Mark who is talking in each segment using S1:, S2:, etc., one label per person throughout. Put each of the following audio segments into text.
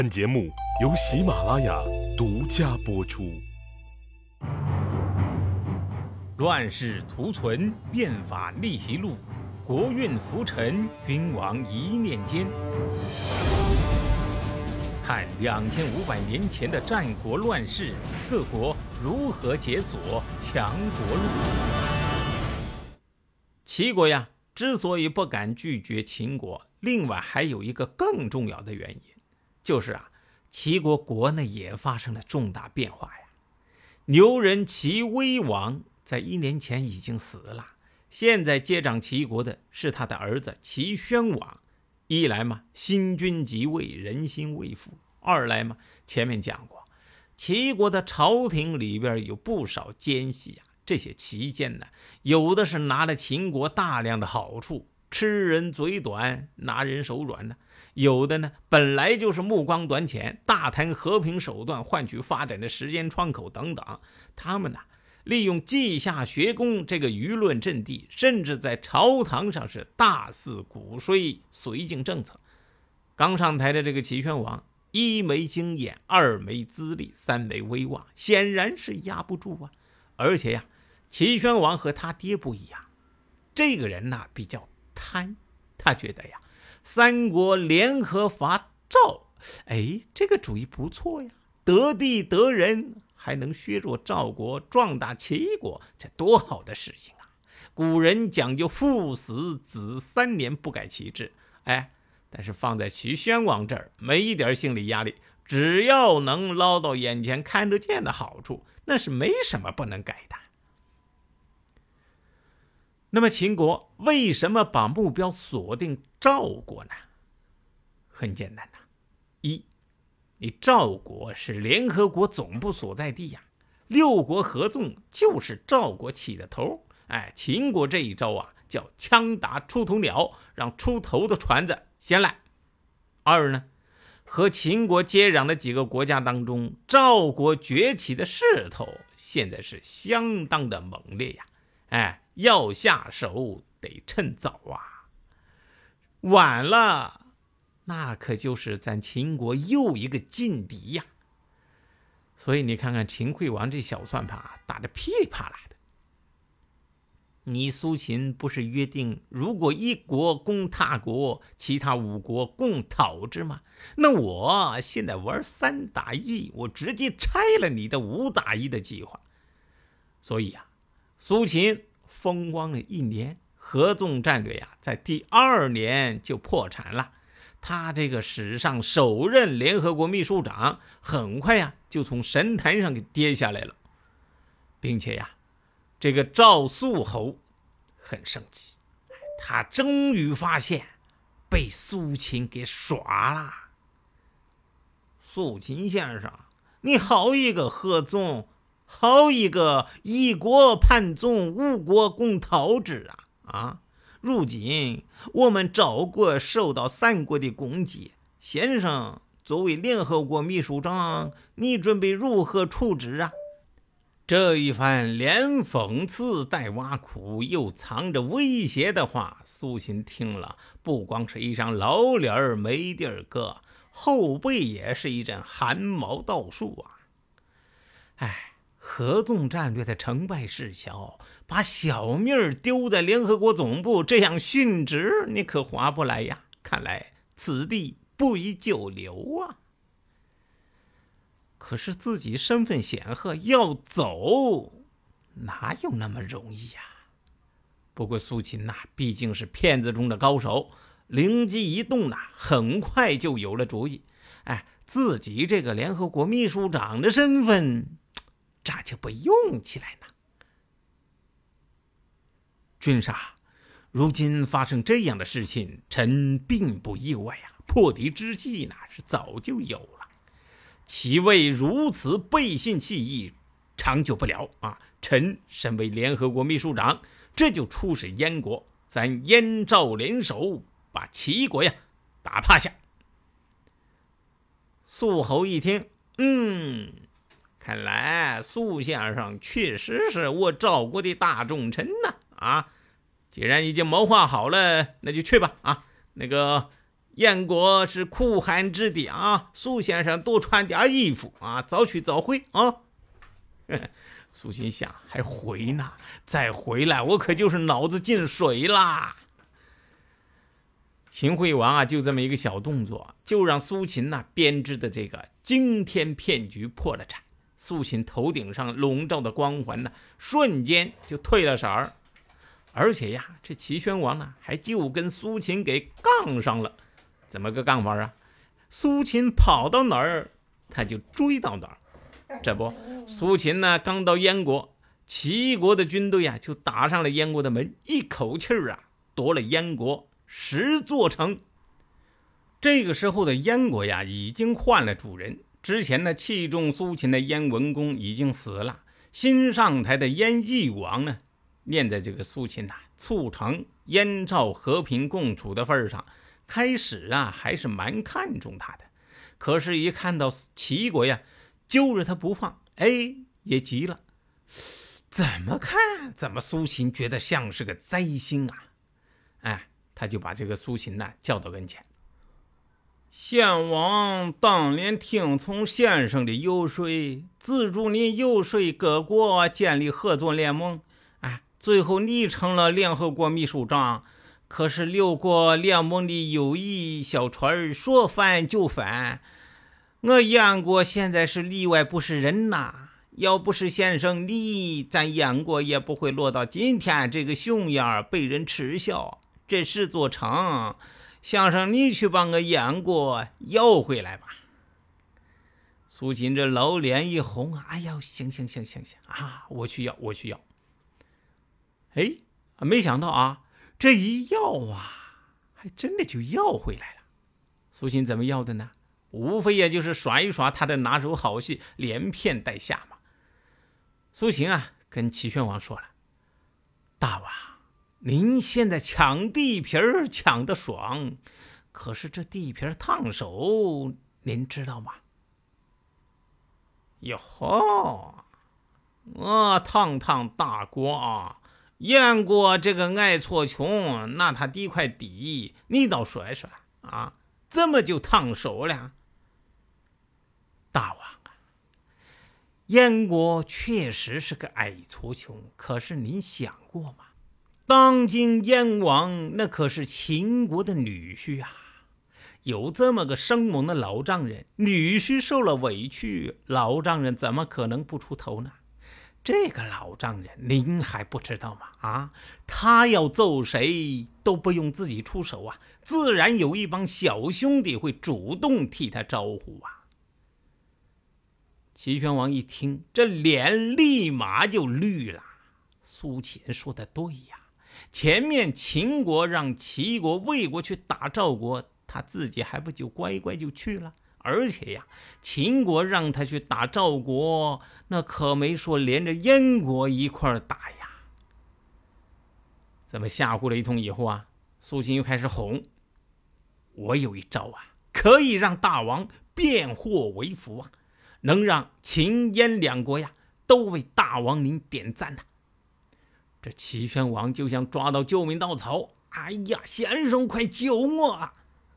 S1: 本节目由喜马拉雅独家播出。
S2: 乱世图存，变法逆袭录，国运浮沉，君王一念间。看2500年前的战国乱世，各国如何解锁强国路。齐国呀，之所以不敢拒绝秦国，另外还有一个更重要的原因，就是齐国国内也发生了重大变化呀。牛人齐威王在1年前已经死了，现在接掌齐国的是他的儿子齐宣王。一来嘛，新君即位，人心未复；二来嘛，前面讲过，齐国的朝廷里边有不少奸细啊。这些齐奸呢，有的是拿了秦国大量的好处，吃人嘴短，拿人手软呢；有的呢，本来就是目光短浅，大谈和平手段换取发展的时间窗口等等。他们呢，利用稷下学宫这个舆论阵地，甚至在朝堂上是大肆鼓吹绥靖政策。刚上台的这个齐宣王，一没经验，二没资历，三没威望，显然是压不住啊。而且呀，齐宣王和他爹不一样，这个人呢比较贪，他觉得呀，三国联合伐赵，这个主意不错呀，得地得人，还能削弱赵国，壮大齐国，这多好的事情啊！古人讲究父死子3年不改其志，但是放在齐宣王这儿，没一点心理压力，只要能捞到眼前看得见的好处，那是没什么不能改的。那么秦国为什么把目标锁定赵国呢？很简单一，你赵国是联合国总部所在地呀，6国合纵就是赵国起的头。秦国这一招叫枪打出头鸟，让出头的船子先来。二呢，和秦国接壤的几个国家当中，赵国崛起的势头现在是相当的猛烈呀。要下手得趁早晚了那可就是咱秦国又一个劲敌呀。所以你看看秦惠王这小算盘打得噼里啪啦的。你苏秦不是约定，如果一国攻他国，其他5国共讨之吗？那我现在玩3打1，我直接拆了你的5打1的计划。所以苏秦风光了1年，合纵战略在第2年就破产了。他这个史上首任联合国秘书长，很快就从神坛上给跌下来了，并且这个赵肃侯很生气，他终于发现被苏秦给耍了。苏秦先生，你好一个合纵，好一个1国叛纵5国共讨之如今我们赵国受到3国的攻击，先生作为联合国秘书长，你准备如何处置这一番连讽刺带挖苦又藏着威胁的话，苏秦听了不光是一张老脸没地儿搁，后背也是一阵汗毛倒竖合纵战略的成败事小，把小命丢在联合国总部，这样殉职你可划不来呀。看来此地不宜久留可是自己身份显赫，要走哪有那么容易不过苏秦毕竟是骗子中的高手，灵机一动很快就有了主意。自己这个联合国秘书长的身份咋就不用起来呢？君上，如今发生这样的事情，臣并不意外破敌之计是早就有了。其为如此背信弃义，长久不了臣身为联合国秘书长，这就出使燕国，咱燕赵联手把齐国打趴下。苏侯一听，看来苏先生确实是我赵国的大重臣既然已经谋划好了，那就去吧那个燕国是酷寒之地啊，苏先生多穿点衣服啊，早去早回啊。苏秦想，还回呢？再回来我可就是脑子进水啦。秦惠王啊，就这么一个小动作，就让苏秦编织的这个惊天骗局破了产。苏秦头顶上笼罩的光环瞬间就退了色儿。而且呀，这齐宣王还就跟苏秦给杠上了。怎么个杠法啊？苏秦跑到哪儿，他就追到哪儿。这不，苏秦刚到燕国，齐国的军队就打上了燕国的门，一口气夺了燕国10座城。这个时候的燕国已经换了主人，之前器重苏秦的燕文公已经死了，新上台的燕翼王念在这个苏秦促成燕赵和平共处的份上，开始还是蛮看重他的。可是一看到齐国揪着他不放，也急了。怎么看怎么苏秦觉得像是个灾星啊。他就把这个苏秦叫到跟前。献王当年听从先生的游说，资助您游说各国建立合作联盟，最后你成了联合国秘书长。可是6国联盟的友谊小船说翻就翻，我燕国现在是里外不是人要不是先生你，咱燕国也不会落到今天这个熊样，被人耻笑。这10座城，相声你去把我燕国要回来吧。苏秦这老脸一红，哎呀，行我去要。没想到这一要还真的就要回来了。苏秦怎么要的呢？无非也就是耍一耍他的拿手好戏，连骗带吓嘛。苏秦跟齐宣王说了，大王，您现在抢地皮抢得爽，可是这地皮烫手，您知道吗？哟呵，我堂堂大国燕国这个爱错穷，那他第一块地，你倒甩甩怎么就烫手了？大王燕国确实是个爱错穷，可是您想过吗？当今燕王那可是秦国的女婿有这么个生猛的老丈人，女婿受了委屈，老丈人怎么可能不出头呢？这个老丈人您还不知道吗？他要揍谁都不用自己出手自然有一帮小兄弟会主动替他招呼齐宣王一听，这脸立马就绿了。苏秦说的对前面秦国让齐国、魏国去打赵国，他自己还不就乖乖就去了？而且秦国让他去打赵国，那可没说连着燕国一块打呀。怎么吓唬了一通以后苏秦又开始哄，我有一招可以让大王变祸为福能让秦燕2国都为大王您点赞这齐宣王就像抓到救命稻草，哎呀，先生快救我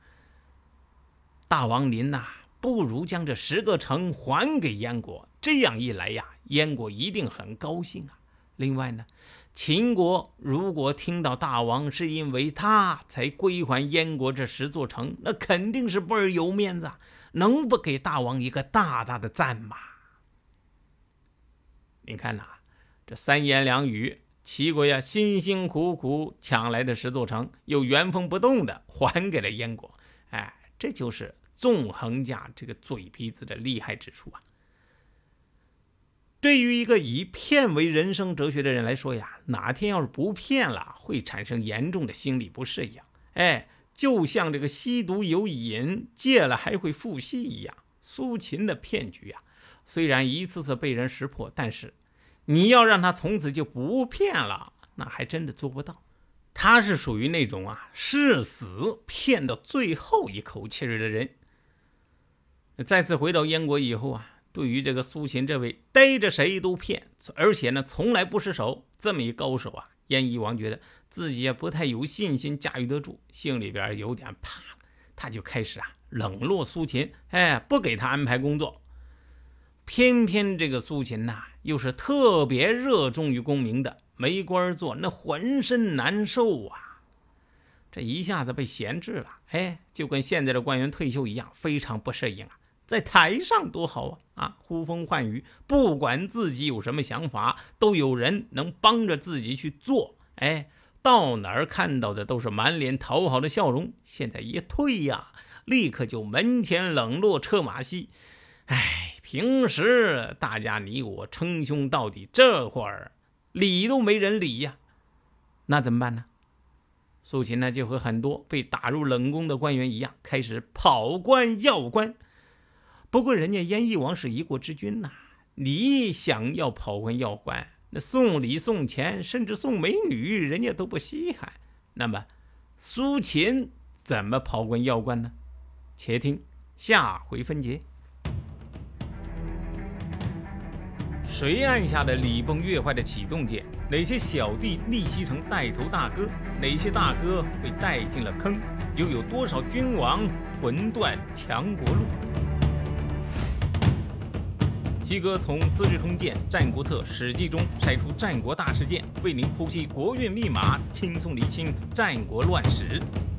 S2: 大王您不如将这10个城还给燕国，这样一来燕国一定很高兴另外呢，秦国如果听到大王是因为他才归还燕国这10座城，那肯定是倍儿有面子能不给大王一个大大的赞吗？你看这3言2语，齐国辛辛苦苦抢来的10座城，又原封不动的还给了燕国。这就是纵横家这个嘴皮子的厉害之处对于一个以骗为人生哲学的人来说哪天要是不骗了，会产生严重的心理不适一样。就像这个吸毒有瘾，戒了还会复吸一样。苏秦的骗局虽然一次次被人识破，但是你要让他从此就不骗了，那还真的做不到。他是属于那种誓死骗到最后一口气的人。再次回到燕国以后对于这个苏秦这位逮着谁都骗，而且呢从来不失手这么一高手燕翼王觉得自己也不太有信心驾驭得住，心里边有点怕了。 他就开始冷落苏秦，不给他安排工作。偏偏这个苏秦又是特别热衷于功名的，没官做，那浑身难受啊。这一下子被闲置了，就跟现在的官员退休一样，非常不适应啊。在台上多好呼风唤雨，不管自己有什么想法，都有人能帮着自己去做。到哪儿看到的都是满脸讨好的笑容。现在一退立刻就门前冷落车马稀。平时大家你我称兄道弟，这会儿理都没人理呀。那怎么办呢？苏秦呢，就和很多被打入冷宫的官员一样，开始跑官要官。不过人家燕翼王是一国之君你想要跑官要官，那送礼送钱甚至送美女人家都不稀罕。那么苏秦怎么跑官要官呢？且听下回分解。谁按下了礼崩乐坏的启动键？哪些小弟逆袭成带头大哥？哪些大哥被带进了坑？又有多少君王魂断强国路？西哥从《资治通鉴》《战国策》《史记》中筛出战国大事件，为您剖析国运密码，轻松理清战国乱史。